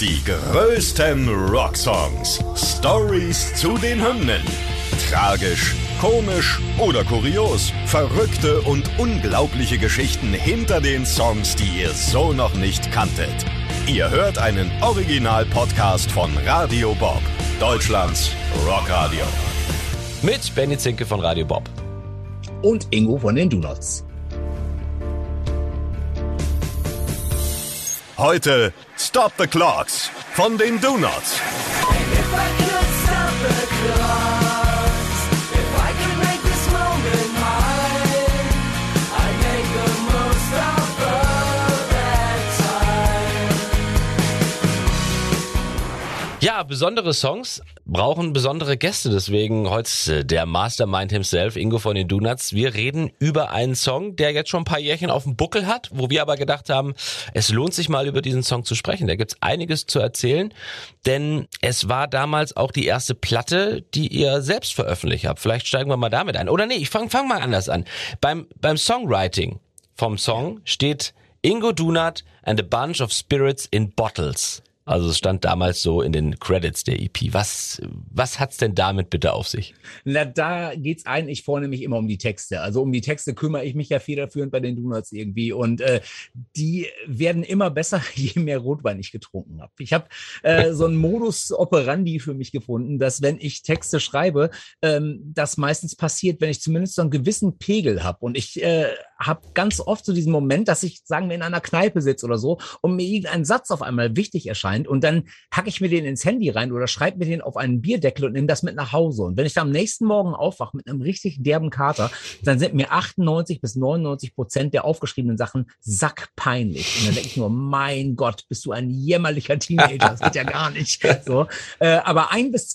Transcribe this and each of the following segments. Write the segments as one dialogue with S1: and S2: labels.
S1: Die größten Rocksongs. Stories zu den Hymnen. Tragisch, komisch oder kurios. Verrückte und unglaubliche Geschichten hinter den Songs, die ihr so noch nicht kanntet. Ihr hört einen Original-Podcast von Radio Bob, Deutschlands Rockradio.
S2: Mit Benny Zinke von Radio Bob.
S3: Und Ingo von den Donuts.
S1: Heute Stop the Clocks von den Donuts.
S2: Ja, besondere Songs brauchen besondere Gäste, deswegen heute der Mastermind himself, Ingo von den Donuts. Wir reden über einen Song, der jetzt schon ein paar Jährchen auf dem Buckel hat, wo wir aber gedacht haben, es lohnt sich mal über diesen Song zu sprechen. Da gibt's einiges zu erzählen, denn es war damals auch die erste Platte, die ihr selbst veröffentlicht habt. Vielleicht steigen wir mal damit ein. Oder nee, ich fang mal anders an. Beim Songwriting vom Song steht Ingo Donut and a bunch of spirits in bottles. Also es stand damals so in den Credits der EP. Was hat's denn damit bitte auf sich?
S3: Na, da geht's eigentlich vornehmlich immer um die Texte. Also um die Texte kümmere ich mich ja federführend bei den Donuts irgendwie. Und die werden immer besser, je mehr Rotwein ich getrunken habe. Ich habe so einen Modus operandi für mich gefunden, dass wenn ich Texte schreibe, das meistens passiert, wenn ich zumindest so einen gewissen Pegel habe. Und ich habe ganz oft so diesen Moment, dass ich, sagen wir, in einer Kneipe sitze oder so und mir irgendein Satz auf einmal wichtig erscheint und dann hacke ich mir den ins Handy rein oder schreibe mir den auf einen Bierdeckel und nehme das mit nach Hause. Und wenn ich dann am nächsten Morgen aufwache mit einem richtig derben Kater, dann sind mir 98-99% der aufgeschriebenen Sachen sackpeinlich. Und dann denke ich nur, mein Gott, bist du ein jämmerlicher Teenager, das geht ja gar nicht. So, aber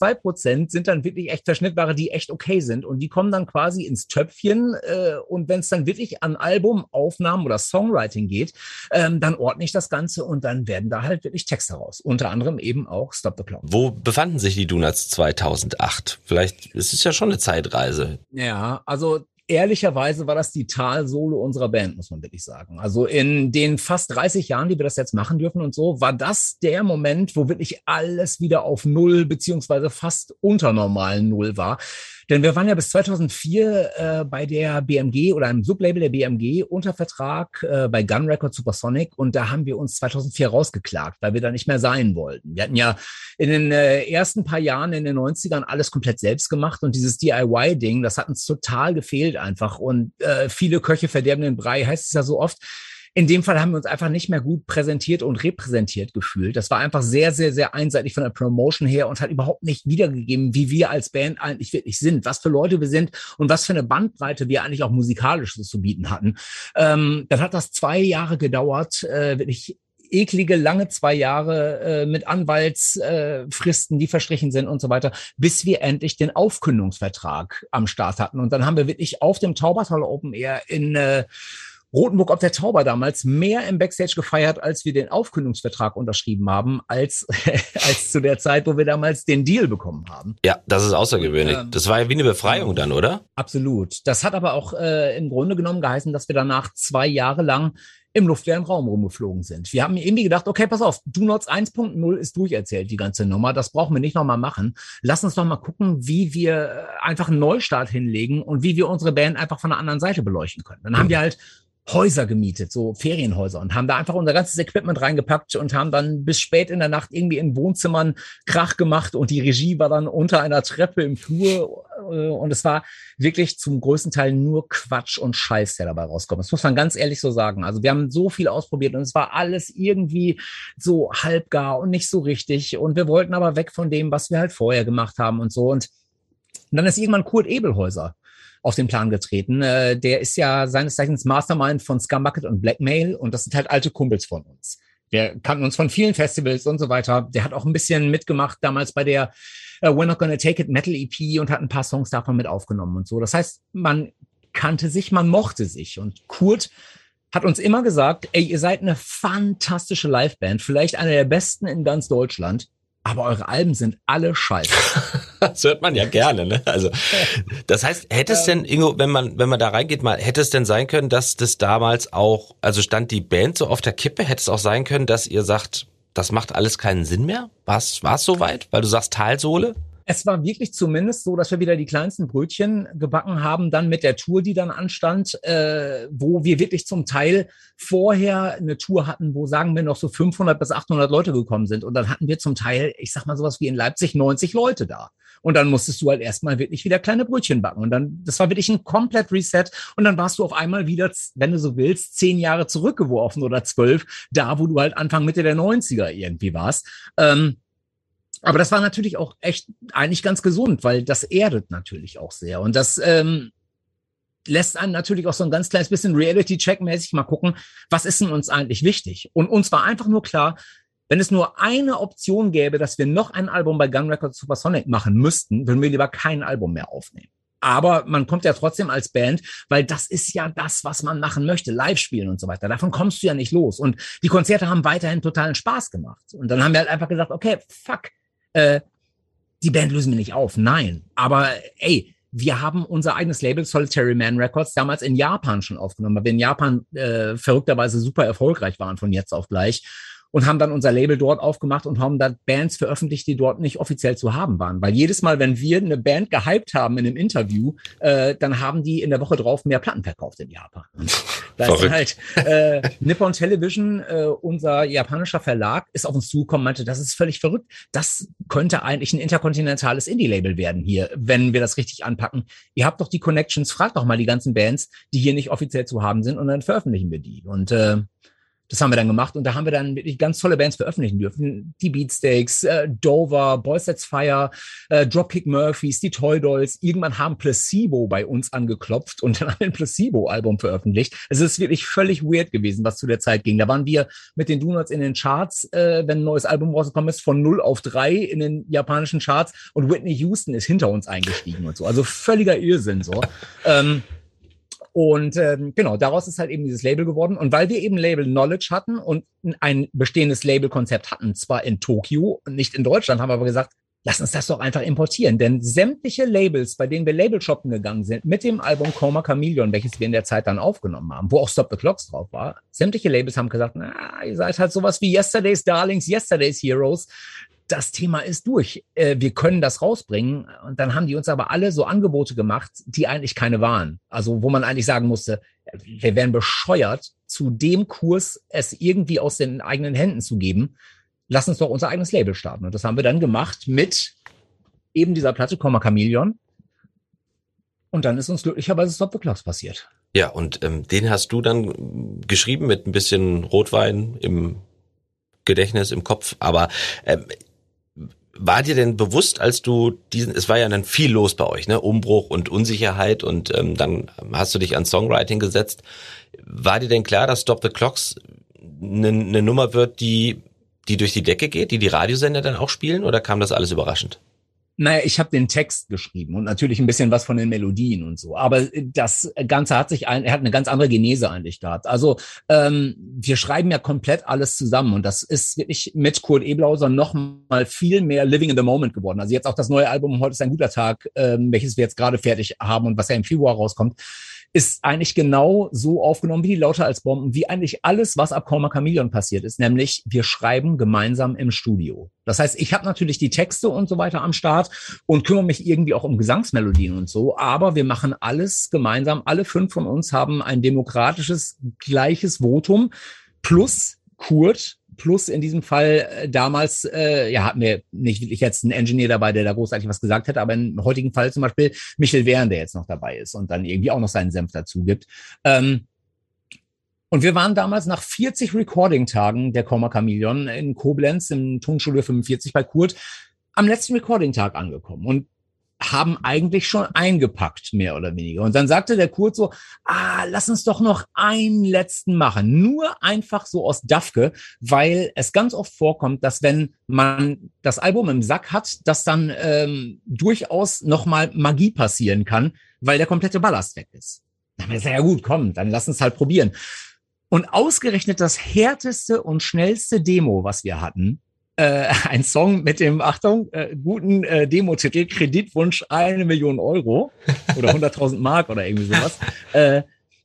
S3: 1-2% sind dann wirklich echt Verschnittware, die echt okay sind und die kommen dann quasi ins Töpfchen und wenn es dann wirklich an Album, Aufnahmen oder Songwriting geht, dann ordne ich das Ganze und dann werden da halt wirklich Texte raus. Unter anderem eben auch Stop the Clock.
S2: Wo befanden sich die Donuts 2008? Vielleicht ist es ja schon eine Zeitreise.
S3: Ja, also ehrlicherweise war das die Talsohle unserer Band, muss man wirklich sagen. Also in den fast 30 Jahren, die wir das jetzt machen dürfen und so, war das der Moment, wo wirklich alles wieder auf Null beziehungsweise fast unter normalen Null war. Denn wir waren ja bis 2004 bei der BMG oder einem Sublabel der BMG unter Vertrag bei Gun Records Supersonic und da haben wir uns 2004 rausgeklagt, weil wir da nicht mehr sein wollten. Wir hatten ja in den ersten paar Jahren in den 90ern alles komplett selbst gemacht und dieses DIY-Ding, das hat uns total gefehlt einfach und viele Köche verderben den Brei, heißt es ja so oft. In dem Fall haben wir uns einfach nicht mehr gut präsentiert und repräsentiert gefühlt. Das war einfach sehr, sehr, sehr einseitig von der Promotion her und hat überhaupt nicht wiedergegeben, wie wir als Band eigentlich wirklich sind, was für Leute wir sind und was für eine Bandbreite wir eigentlich auch musikalisch zu bieten hatten. Dann hat das 2 Jahre gedauert, wirklich eklige, lange 2 Jahre mit Anwaltsfristen, die verstrichen sind und so weiter, bis wir endlich den Aufkündigungsvertrag am Start hatten. Und dann haben wir wirklich auf dem Taubertal Open Air in Rothenburg ob der Tauber damals mehr im Backstage gefeiert, als wir den Aufkündigungsvertrag unterschrieben haben, als zu der Zeit, wo wir damals den Deal bekommen haben.
S2: Ja, das ist außergewöhnlich. Das war ja wie eine Befreiung dann, oder?
S3: Absolut. Das hat aber auch im Grunde genommen geheißen, dass wir danach 2 Jahre lang im luftleeren Raum rumgeflogen sind. Wir haben irgendwie gedacht, okay, pass auf, Donuts 1.0 ist durcherzählt, die ganze Nummer. Das brauchen wir nicht nochmal machen. Lass uns doch mal gucken, wie wir einfach einen Neustart hinlegen und wie wir unsere Band einfach von der anderen Seite beleuchten können. Dann haben wir halt Häuser gemietet, so Ferienhäuser und haben da einfach unser ganzes Equipment reingepackt und haben dann bis spät in der Nacht irgendwie in Wohnzimmern Krach gemacht und die Regie war dann unter einer Treppe im Flur und es war wirklich zum größten Teil nur Quatsch und Scheiß, der dabei rauskommt. Das muss man ganz ehrlich so sagen. Also wir haben so viel ausprobiert und es war alles irgendwie so halbgar und nicht so richtig und wir wollten aber weg von dem, was wir halt vorher gemacht haben und so und dann ist irgendwann Kurt Ebelhäuser auf den Plan getreten. Der ist ja seines Zeichens Mastermind von Scumbucket und Blackmail und das sind halt alte Kumpels von uns. Wir kannten uns von vielen Festivals und so weiter. Der hat auch ein bisschen mitgemacht damals bei der We're Not Gonna Take It Metal EP und hat ein paar Songs davon mit aufgenommen und so. Das heißt, man kannte sich, man mochte sich und Kurt hat uns immer gesagt, ey, ihr seid eine fantastische Liveband, vielleicht eine der besten in ganz Deutschland. Aber eure Alben sind alle scheiße.
S2: Das hört man ja gerne, ne? Also, das heißt, hätte es denn, Ingo, wenn man da reingeht mal, hätte es denn sein können, dass das damals auch, also stand die Band so auf der Kippe, hätte es auch sein können, dass ihr sagt, das macht alles keinen Sinn mehr? War's soweit? Weil du sagst Talsohle?
S3: Es war wirklich zumindest so, dass wir wieder die kleinsten Brötchen gebacken haben, dann mit der Tour, die dann anstand, wo wir wirklich zum Teil vorher eine Tour hatten, wo, sagen wir, noch so 500 bis 800 Leute gekommen sind. Und dann hatten wir zum Teil, ich sag mal sowas wie in Leipzig, 90 Leute da. Und dann musstest du halt erstmal wirklich wieder kleine Brötchen backen. Und dann, das war wirklich ein komplett Reset. Und dann warst du auf einmal wieder, wenn du so willst, 10 Jahre zurückgeworfen oder 12, da, wo du halt Anfang, Mitte der 90er irgendwie warst. Aber das war natürlich auch echt eigentlich ganz gesund, weil das erdet natürlich auch sehr. Und das lässt einen natürlich auch so ein ganz kleines bisschen Reality-Check-mäßig mal gucken, was ist denn uns eigentlich wichtig? Und uns war einfach nur klar, wenn es nur eine Option gäbe, dass wir noch ein Album bei Gun Records Supersonic machen müssten, würden wir lieber kein Album mehr aufnehmen. Aber man kommt ja trotzdem als Band, weil das ist ja das, was man machen möchte, live spielen und so weiter. Davon kommst du ja nicht los. Und die Konzerte haben weiterhin totalen Spaß gemacht. Und dann haben wir halt einfach gesagt, okay, fuck, die Band lösen wir nicht auf, nein. Aber ey, wir haben unser eigenes Label Solitary Man Records damals in Japan schon aufgenommen, weil wir in Japan verrückterweise super erfolgreich waren von jetzt auf gleich. Und haben dann unser Label dort aufgemacht und haben da Bands veröffentlicht, die dort nicht offiziell zu haben waren. Weil jedes Mal, wenn wir eine Band gehypt haben in einem Interview, dann haben die in der Woche drauf mehr Platten verkauft in Japan. Da ist dann halt Nippon Television, unser japanischer Verlag, ist auf uns zugekommen, meinte, das ist völlig verrückt. Das könnte eigentlich ein interkontinentales Indie-Label werden hier, wenn wir das richtig anpacken. Ihr habt doch die Connections, fragt doch mal die ganzen Bands, die hier nicht offiziell zu haben sind, und dann veröffentlichen wir die. Und das haben wir dann gemacht, und da haben wir dann wirklich ganz tolle Bands veröffentlichen dürfen. Die Beatsteaks, Dover, Boys That's Fire, Dropkick Murphys, die Toy Dolls. Irgendwann haben Placebo bei uns angeklopft und dann haben wir ein Placebo-Album veröffentlicht. Es ist wirklich völlig weird gewesen, was zu der Zeit ging. Da waren wir mit den Donuts in den Charts, wenn ein neues Album rausgekommen ist, von 0 auf 3 in den japanischen Charts, und Whitney Houston ist hinter uns eingestiegen und so. Also völliger Irrsinn so. Und genau, daraus ist halt eben dieses Label geworden. Und weil wir eben Label Knowledge hatten und ein bestehendes Labelkonzept hatten, zwar in Tokio und nicht in Deutschland, haben wir aber gesagt, lass uns das doch einfach importieren. Denn sämtliche Labels, bei denen wir Label shoppen gegangen sind, mit dem Album Coma Chameleon, welches wir in der Zeit dann aufgenommen haben, wo auch Stop the Clocks drauf war, sämtliche Labels haben gesagt, na, ihr seid halt sowas wie Yesterday's Darlings, Yesterday's Heroes. Das Thema ist durch. Wir können das rausbringen. Und dann haben die uns aber alle so Angebote gemacht, die eigentlich keine waren. Also wo man eigentlich sagen musste, wir wären bescheuert, zu dem Kurs es irgendwie aus den eigenen Händen zu geben. Lass uns doch unser eigenes Label starten. Und das haben wir dann gemacht mit eben dieser Platte Coma Chameleon. Und dann ist uns glücklicherweise Stop the Clocks passiert.
S2: Ja, und den hast du dann geschrieben mit ein bisschen Rotwein im Gedächtnis, im Kopf. Aber war dir denn bewusst, als du es war ja dann viel los bei euch, ne, Umbruch und Unsicherheit, und dann hast du dich an Songwriting gesetzt. War dir denn klar, dass Stop the Clocks eine Nummer wird, die durch die Decke geht, die Radiosender dann auch spielen, oder kam das alles überraschend?
S3: Naja, ich habe den Text geschrieben und natürlich ein bisschen was von den Melodien und so. Aber das Ganze hat eine ganz andere Genese eigentlich gehabt. Also wir schreiben ja komplett alles zusammen, und das ist wirklich mit Kurt Eblauser noch mal viel mehr Living in the Moment geworden. Also jetzt auch das neue Album Heute ist ein guter Tag, welches wir jetzt gerade fertig haben und was ja im Februar rauskommt, ist eigentlich genau so aufgenommen wie die Lauter als Bomben, wie eigentlich alles, was ab Coma Chameleon passiert ist, nämlich wir schreiben gemeinsam im Studio. Das heißt, ich habe natürlich die Texte und so weiter am Start und kümmere mich irgendwie auch um Gesangsmelodien und so, aber wir machen alles gemeinsam. Alle 5 von uns haben ein demokratisches, gleiches Votum, plus Kurt, plus in diesem Fall damals, hatten wir nicht wirklich jetzt einen Engineer dabei, der da großartig was gesagt hätte, aber im heutigen Fall zum Beispiel Michel Wehren, der jetzt noch dabei ist und dann irgendwie auch noch seinen Senf dazu gibt. Und wir waren damals nach 40 Recording-Tagen der Coma Chameleon in Koblenz im Tonstudio 45 bei Kurt am letzten Recording-Tag angekommen und haben eigentlich schon eingepackt, mehr oder weniger. Und dann sagte der Kurt so, lass uns doch noch einen letzten machen. Nur einfach so aus Dafke, weil es ganz oft vorkommt, dass wenn man das Album im Sack hat, dass dann durchaus nochmal Magie passieren kann, weil der komplette Ballast weg ist. Dann haben wir gesagt, ja gut, komm, dann lass uns halt probieren. Und ausgerechnet das härteste und schnellste Demo, was wir hatten, ein Song mit dem, Achtung, guten Demo-Titel, Kreditwunsch 1 Million Euro oder 100.000 Mark oder irgendwie sowas.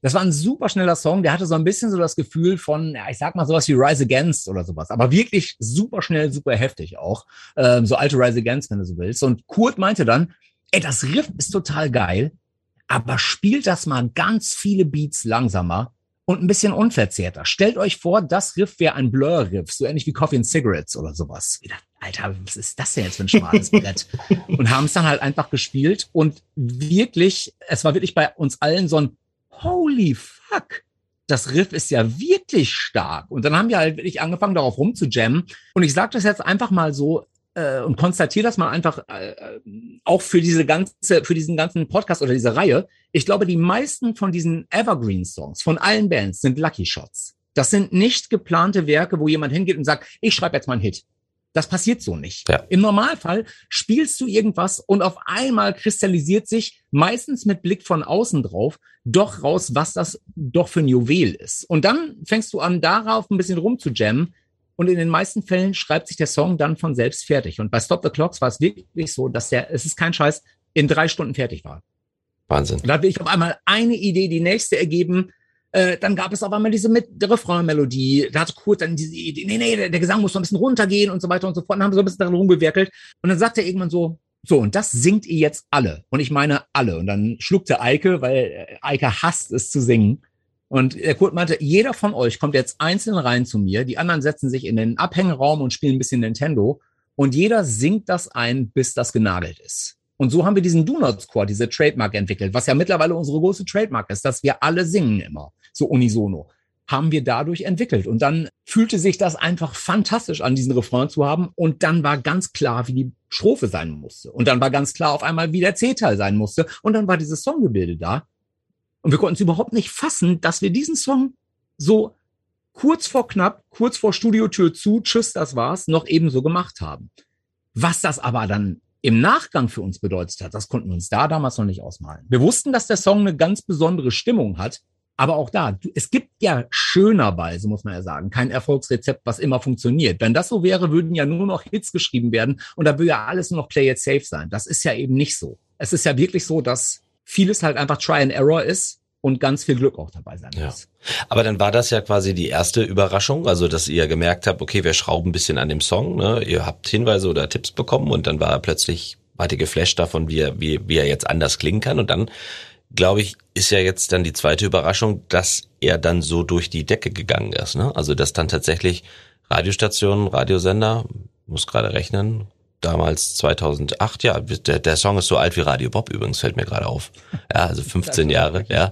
S3: Das war ein super schneller Song, der hatte so ein bisschen so das Gefühl von, ja, ich sag mal sowas wie Rise Against oder sowas, aber wirklich super schnell, super heftig auch. So alte Rise Against, wenn du so willst. Und Kurt meinte dann, ey, das Riff ist total geil, aber spielt das mal ganz viele Beats langsamer und ein bisschen unverzerrter. Stellt euch vor, das Riff wäre ein Blur-Riff, so ähnlich wie Coffee and Cigarettes oder sowas. Ich dachte, Alter, was ist das denn jetzt für ein schmales Brett? Und haben es dann halt einfach gespielt und wirklich, es war wirklich bei uns allen so ein holy fuck, das Riff ist ja wirklich stark. Und dann haben wir halt wirklich angefangen, darauf rumzujammen. Und ich sage das jetzt einfach mal so und konstatiere das mal einfach auch für diesen ganzen Podcast oder diese Reihe. Ich glaube, die meisten von diesen Evergreen-Songs von allen Bands sind Lucky Shots. Das sind nicht geplante Werke, wo jemand hingeht und sagt, ich schreibe jetzt mal einen Hit. Das passiert so nicht. Ja. Im Normalfall spielst du irgendwas und auf einmal kristallisiert sich, meistens mit Blick von außen drauf, doch raus, was das doch für ein Juwel ist. Und dann fängst du an, darauf ein bisschen rumzujammen und in den meisten Fällen schreibt sich der Song dann von selbst fertig. Und bei Stop the Clocks war es wirklich so, dass es ist kein Scheiß, in 3 Stunden fertig war.
S2: Wahnsinn.
S3: Und da will ich auf einmal eine Idee, die nächste ergeben. Dann gab es auf einmal diese Refrain-Melodie. Da hat Kurt dann diese Idee, nee, der Gesang muss noch ein bisschen runtergehen und so weiter und so fort. Dann haben wir so ein bisschen darin rumgewerkelt. Und dann sagt er irgendwann so, und das singt ihr jetzt alle. Und ich meine alle. Und dann schluckte Eike, weil Eike hasst es zu singen. Und der Kurt meinte, jeder von euch kommt jetzt einzeln rein zu mir. Die anderen setzen sich in den Abhängraum und spielen ein bisschen Nintendo. Und jeder singt das ein, bis das genagelt ist. Und so haben wir diesen Do-Not-Score, diese Trademark entwickelt, was ja mittlerweile unsere große Trademark ist, dass wir alle singen immer, so unisono, haben wir dadurch entwickelt. Und dann fühlte sich das einfach fantastisch an, diesen Refrain zu haben. Und dann war ganz klar, wie die Strophe sein musste. Und dann war ganz klar auf einmal, wie der C-Teil sein musste. Und dann war dieses Songgebilde da. Und wir konnten es überhaupt nicht fassen, dass wir diesen Song so kurz vor knapp, kurz vor Studiotür zu, tschüss, das war's, noch ebenso gemacht haben. Was das aber dann im Nachgang für uns bedeutet hat, das konnten wir uns da damals noch nicht ausmalen. Wir wussten, dass der Song eine ganz besondere Stimmung hat, aber auch da, es gibt ja schönerweise, muss man ja sagen, kein Erfolgsrezept, was immer funktioniert. Wenn das so wäre, würden ja nur noch Hits geschrieben werden und da würde ja alles nur noch Play It Safe sein. Das ist ja eben nicht so. Es ist ja wirklich so, dass vieles halt einfach Try and Error ist und ganz viel Glück auch dabei sein muss.
S2: Aber dann war das ja quasi die erste Überraschung, also dass ihr gemerkt habt, okay, wir schrauben ein bisschen an dem Song, ne? Ihr habt Hinweise oder Tipps bekommen und dann wart ihr geflasht davon, wie er jetzt anders klingen kann. Und dann, glaube ich, ist ja jetzt dann die zweite Überraschung, dass er dann so durch die Decke gegangen ist, ne? Also dass dann tatsächlich Radiostationen, Radiosender, muss gerade rechnen, damals 2008, ja, der Song ist so alt wie Radio Bob übrigens, fällt mir gerade auf. Ja, also 15 Jahre, ja.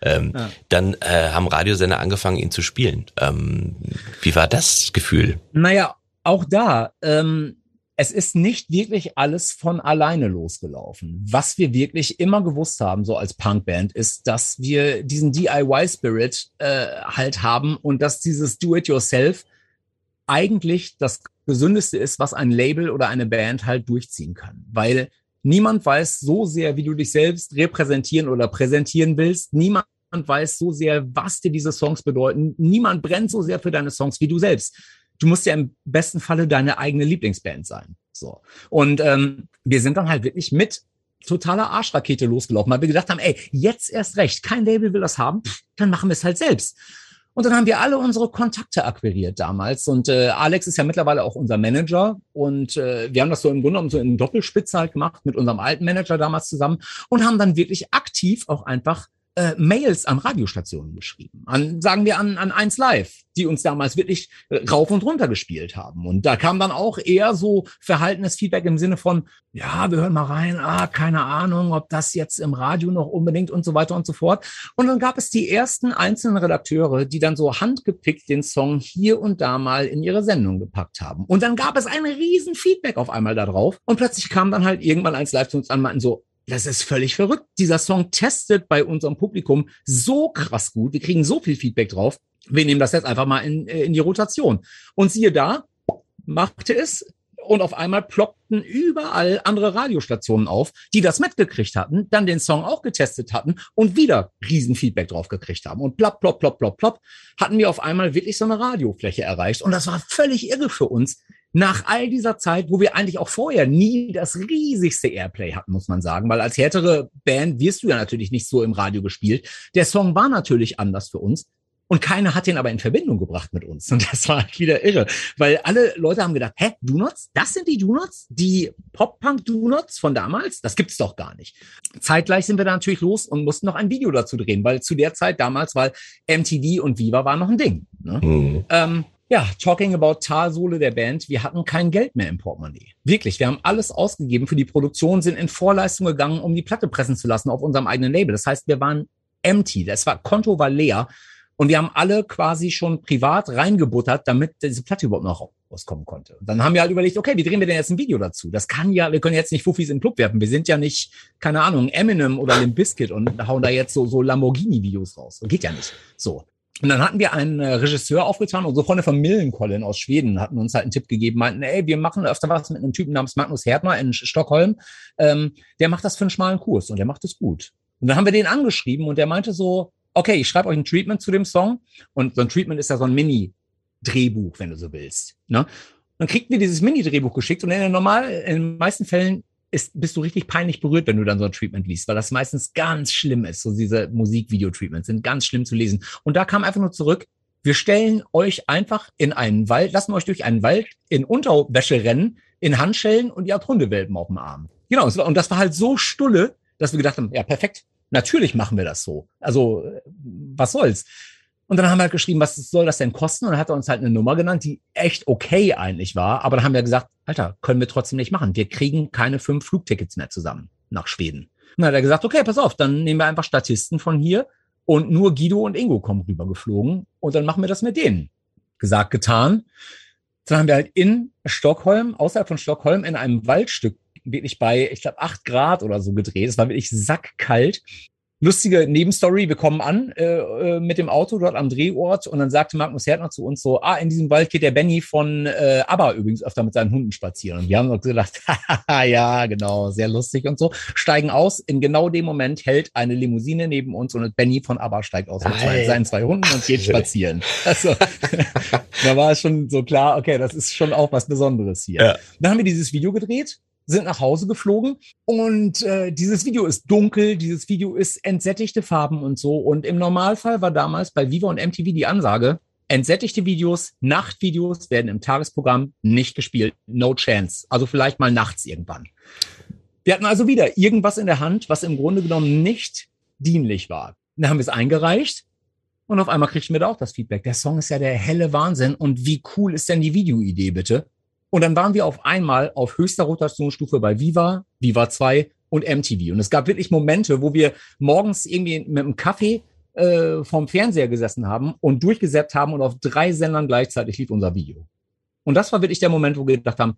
S2: Dann haben Radiosender angefangen, ihn zu spielen. Wie war das Gefühl?
S3: Naja, auch da, es ist nicht wirklich alles von alleine losgelaufen. Was wir wirklich immer gewusst haben, so als Punkband, ist, dass wir diesen DIY-Spirit halt haben und dass dieses Do-it-yourself eigentlich das Gesündeste ist, was ein Label oder eine Band halt durchziehen kann. Weil niemand weiß so sehr, wie du dich selbst repräsentieren oder präsentieren willst. Niemand weiß so sehr, was dir diese Songs bedeuten. Niemand brennt so sehr für deine Songs wie du selbst. Du musst ja im besten Falle deine eigene Lieblingsband sein. So. Und wir sind dann halt wirklich mit totaler Arschrakete losgelaufen, weil wir gedacht haben, ey, jetzt erst recht, kein Label will das haben, dann machen wir es halt selbst. Und dann haben wir alle unsere Kontakte akquiriert damals. Und Alex ist ja mittlerweile auch unser Manager. Und wir haben das so im Grunde genommen so in Doppelspitze halt gemacht mit unserem alten Manager damals zusammen und haben dann wirklich aktiv auch einfach Mails an Radiostationen geschrieben. Sagen wir an 1 Live, die uns damals wirklich rauf und runter gespielt haben. Und da kam dann auch eher so verhaltenes Feedback im Sinne von, ja, wir hören mal rein, keine Ahnung, ob das jetzt im Radio noch unbedingt und so weiter und so fort. Und dann gab es die ersten einzelnen Redakteure, die dann so handgepickt den Song hier und da mal in ihre Sendung gepackt haben. Und dann gab es ein riesen Feedback auf einmal da drauf. Und plötzlich kam dann halt irgendwann 1 Live zu uns an und meinten so, das ist völlig verrückt. Dieser Song testet bei unserem Publikum so krass gut. Wir kriegen so viel Feedback drauf. Wir nehmen das jetzt einfach mal in die Rotation. Und siehe da, machte es. Und auf einmal ploppten überall andere Radiostationen auf, die das mitgekriegt hatten, dann den Song auch getestet hatten und wieder riesen Feedback drauf gekriegt haben. Und plopp, plopp, plopp, plopp, plopp, hatten wir auf einmal wirklich so eine Radiofläche erreicht. Und das war völlig irre für uns, Nach all dieser Zeit, wo wir eigentlich auch vorher nie das riesigste Airplay hatten, muss man sagen, weil als härtere Band wirst du ja natürlich nicht so im Radio gespielt. Der Song war natürlich anders für uns. Und keiner hat den aber in Verbindung gebracht mit uns. Und das war halt wieder irre. Weil alle Leute haben gedacht, hä, Donuts? Das sind die Donuts? Die Pop-Punk-Donuts von damals? Das gibt's doch gar nicht. Zeitgleich sind wir da natürlich los und mussten noch ein Video dazu drehen, weil zu der Zeit damals, weil MTV und Viva war noch ein Ding. Ne? Ja, talking about Talsohle der Band, wir hatten kein Geld mehr im Portemonnaie. Wirklich, wir haben alles ausgegeben für die Produktion, sind in Vorleistung gegangen, um die Platte pressen zu lassen auf unserem eigenen Label. Das heißt, wir waren empty, Konto war leer. Und wir haben alle quasi schon privat reingebuttert, damit diese Platte überhaupt noch rauskommen konnte. Und dann haben wir halt überlegt, okay, wie drehen wir denn jetzt ein Video dazu? Wir können jetzt nicht Fuffis in den Club werfen. Wir sind ja nicht, keine Ahnung, Eminem oder Limp Bizkit und hauen da jetzt so Lamborghini-Videos raus. Das geht ja nicht. So. Und dann hatten wir einen Regisseur aufgetan, unsere Freunde von Millencolin aus Schweden hatten uns halt einen Tipp gegeben, meinten, ey, wir machen öfter was mit einem Typen namens Magnus Härtner in Stockholm. Der macht das für einen schmalen Kurs und der macht es gut. Und dann haben wir den angeschrieben und der meinte so, okay, ich schreibe euch ein Treatment zu dem Song. Und so ein Treatment ist ja so ein Mini-Drehbuch, wenn du so willst. Ne? Dann kriegt mir dieses Mini-Drehbuch geschickt und in den meisten Fällen bist du richtig peinlich berührt, wenn du dann so ein Treatment liest, weil das meistens ganz schlimm ist. So diese Musikvideo-Treatments sind ganz schlimm zu lesen. Und da kam einfach nur zurück, wir stellen euch einfach in einen Wald, lassen euch durch einen Wald in Unterwäsche rennen, in Handschellen und ihr habt Hundewelpen auf dem Arm. Genau, und das war halt so stulle, dass wir gedacht haben, ja, perfekt. Natürlich machen wir das so. Also, was soll's? Und dann haben wir halt geschrieben, was soll das denn kosten? Und dann hat er uns halt eine Nummer genannt, die echt okay eigentlich war. Aber dann haben wir gesagt, Alter, können wir trotzdem nicht machen. Wir kriegen keine 5 Flugtickets mehr zusammen nach Schweden. Und dann hat er gesagt, okay, pass auf, dann nehmen wir einfach Statisten von hier und nur Guido und Ingo kommen rüber geflogen und dann machen wir das mit denen. Gesagt, getan. Dann haben wir halt in Stockholm, außerhalb von Stockholm, in einem Waldstück wirklich bei, ich glaube, 8 Grad oder so gedreht. Es war wirklich sackkalt. Lustige Nebenstory, wir kommen an mit dem Auto dort am Drehort und dann sagte Magnus Härtner zu uns so, in diesem Wald geht der Benny von ABBA übrigens öfter mit seinen Hunden spazieren. Und wir haben uns gedacht, ja, genau, sehr lustig und so. Steigen aus, in genau dem Moment hält eine Limousine neben uns und Benny von ABBA steigt aus mit seinen 2 Hunden und geht spazieren. Also da war es schon so klar, okay, das ist schon auch was Besonderes hier. Ja. Dann haben wir dieses Video gedreht, sind nach Hause geflogen und dieses Video ist dunkel, dieses Video ist entsättigte Farben und so und im Normalfall war damals bei Viva und MTV die Ansage, entsättigte Videos, Nachtvideos werden im Tagesprogramm nicht gespielt, no chance, also vielleicht mal nachts irgendwann. Wir hatten also wieder irgendwas in der Hand, was im Grunde genommen nicht dienlich war. Dann haben wir es eingereicht und auf einmal kriegten wir da auch das Feedback, der Song ist ja der helle Wahnsinn und wie cool ist denn die Videoidee bitte? Und dann waren wir auf einmal auf höchster Rotationsstufe bei Viva, Viva 2 und MTV. Und es gab wirklich Momente, wo wir morgens irgendwie mit einem Kaffee vorm Fernseher gesessen haben und durchgesäppt haben und auf 3 Sendern gleichzeitig lief unser Video. Und das war wirklich der Moment, wo wir gedacht haben,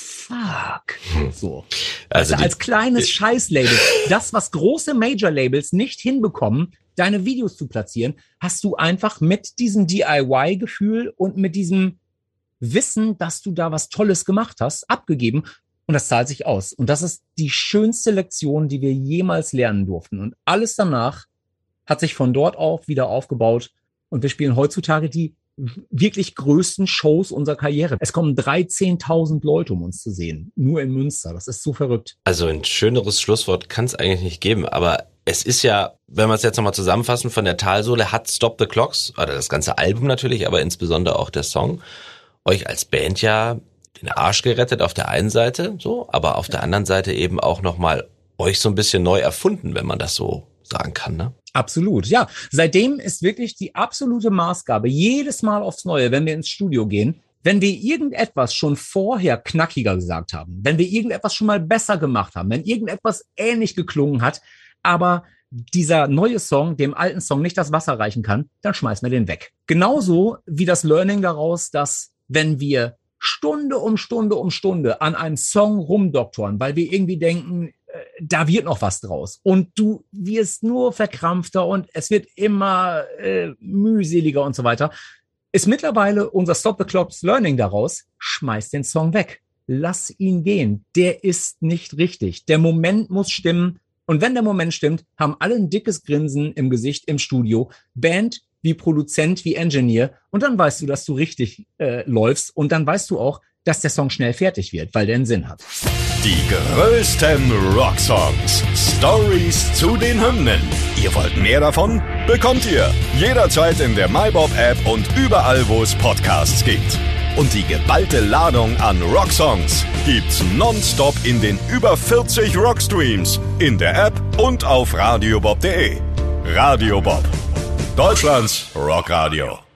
S3: fuck. So. Also als kleines Scheißlabel, das, was große Major-Labels nicht hinbekommen, deine Videos zu platzieren, hast du einfach mit diesem DIY-Gefühl und mit diesem Wissen, dass du da was Tolles gemacht hast, abgegeben und das zahlt sich aus. Und das ist die schönste Lektion, die wir jemals lernen durften. Und alles danach hat sich von dort auf wieder aufgebaut und wir spielen heutzutage die wirklich größten Shows unserer Karriere. Es kommen 13.000 Leute, um uns zu sehen, nur in Münster. Das ist so verrückt.
S2: Also ein schöneres Schlusswort kann es eigentlich nicht geben, aber es ist ja, wenn wir es jetzt nochmal zusammenfassen, von der Talsohle hat Stop the Clocks, oder das ganze Album natürlich, aber insbesondere auch der Song, euch als Band ja den Arsch gerettet auf der einen Seite, so, aber auf der anderen Seite eben auch nochmal euch so ein bisschen neu erfunden, wenn man das so sagen kann, ne?
S3: Absolut, ja. Seitdem ist wirklich die absolute Maßgabe, jedes Mal aufs Neue, wenn wir ins Studio gehen, wenn wir irgendetwas schon vorher knackiger gesagt haben, wenn wir irgendetwas schon mal besser gemacht haben, wenn irgendetwas ähnlich geklungen hat, aber dieser neue Song dem alten Song nicht das Wasser reichen kann, dann schmeißen wir den weg. Genauso wie das Learning daraus, dass wenn wir Stunde um Stunde um Stunde an einem Song rumdoktoren, weil wir irgendwie denken, da wird noch was draus und du wirst nur verkrampfter und es wird immer mühseliger und so weiter, ist mittlerweile unser Stop the Clocks Learning daraus, schmeiß den Song weg. Lass ihn gehen. Der ist nicht richtig. Der Moment muss stimmen. Und wenn der Moment stimmt, haben alle ein dickes Grinsen im Gesicht im Studio. Band wie Produzent, wie Engineer. Und dann weißt du, dass du richtig läufst. Und dann weißt du auch, dass der Song schnell fertig wird, weil der einen Sinn hat.
S1: Die größten Rocksongs. Stories zu den Hymnen. Ihr wollt mehr davon? Bekommt ihr jederzeit in der MyBob-App und überall, wo es Podcasts gibt. Und die geballte Ladung an Rocksongs gibt's nonstop in den über 40 Rockstreams, in der App und auf radiobob.de. Radio Bob, Deutschlands Rockradio.